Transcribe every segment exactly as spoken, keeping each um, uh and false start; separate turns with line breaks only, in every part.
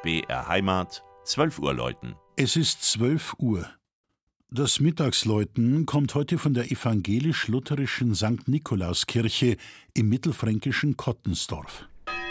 B R Heimat, zwölf Uhr läuten.
Es ist zwölf Uhr. Das Mittagsläuten kommt heute von der evangelisch-lutherischen Sankt Nikolauskirche im mittelfränkischen Kottensdorf.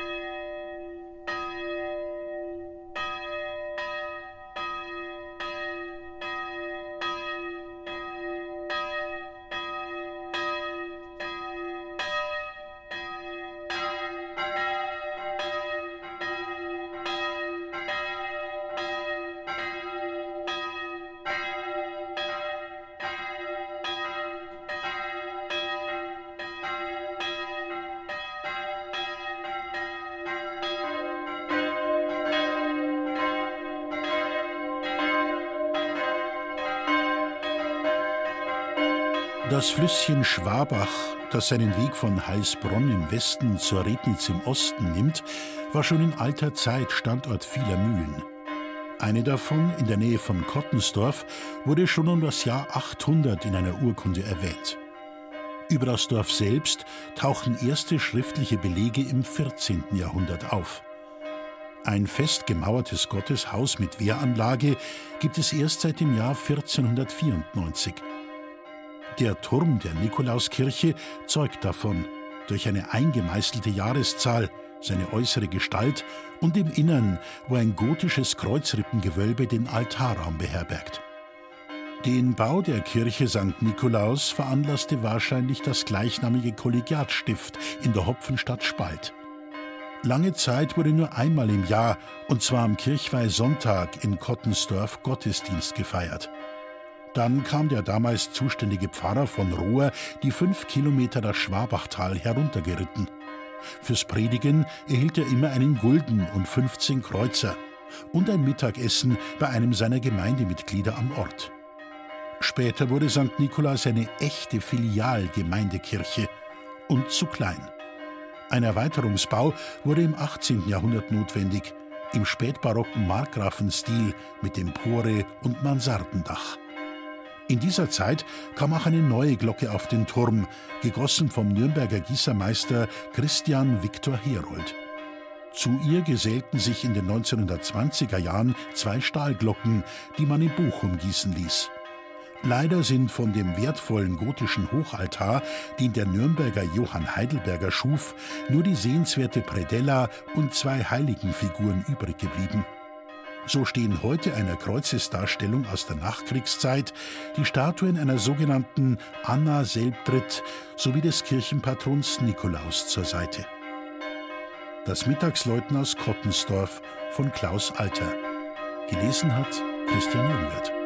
Das Flüsschen Schwabach, das seinen Weg von Heilsbronn im Westen zur Rednitz im Osten nimmt, war schon in alter Zeit Standort vieler Mühlen. Eine davon, in der Nähe von Kottensdorf, wurde schon um das Jahr achthundert in einer Urkunde erwähnt. Über das Dorf selbst tauchen erste schriftliche Belege im vierzehnten Jahrhundert auf. Ein fest gemauertes Gotteshaus mit Wehranlage gibt es erst seit dem Jahr vierzehnhundertvierundneunzig. Der Turm der Nikolauskirche zeugt davon, durch eine eingemeißelte Jahreszahl, seine äußere Gestalt und im Innern, wo ein gotisches Kreuzrippengewölbe den Altarraum beherbergt. Den Bau der Kirche Sankt Nikolaus veranlasste wahrscheinlich das gleichnamige Kollegiatstift in der Hopfenstadt Spalt. Lange Zeit wurde nur einmal im Jahr, und zwar am Kirchweihsonntag in Kottensdorf, Gottesdienst gefeiert. Dann kam der damals zuständige Pfarrer von Rohr die fünf Kilometer das Schwabachtal heruntergeritten. Fürs Predigen erhielt er immer einen Gulden und fünfzehn Kreuzer und ein Mittagessen bei einem seiner Gemeindemitglieder am Ort. Später wurde Sankt Nikolaus eine echte Filialgemeindekirche und zu klein. Ein Erweiterungsbau wurde im achtzehnten Jahrhundert notwendig, im spätbarocken Markgrafenstil mit Empore und Mansardendach. In dieser Zeit kam auch eine neue Glocke auf den Turm, gegossen vom Nürnberger Gießermeister Christian Viktor Herold. Zu ihr gesellten sich in den neunzehnhundertzwanziger Jahren zwei Stahlglocken, die man in Bochum gießen ließ. Leider sind von dem wertvollen gotischen Hochaltar, den der Nürnberger Johann Heidelberger schuf, nur die sehenswerte Predella und zwei Heiligenfiguren übrig geblieben. So stehen heute einer Kreuzesdarstellung aus der Nachkriegszeit die Statuen einer sogenannten Anna Selbdritt sowie des Kirchenpatrons Nikolaus zur Seite. Das Mittagsläuten aus Kottensdorf von Klaus Alter. Gelesen hat Christian Jungwirth.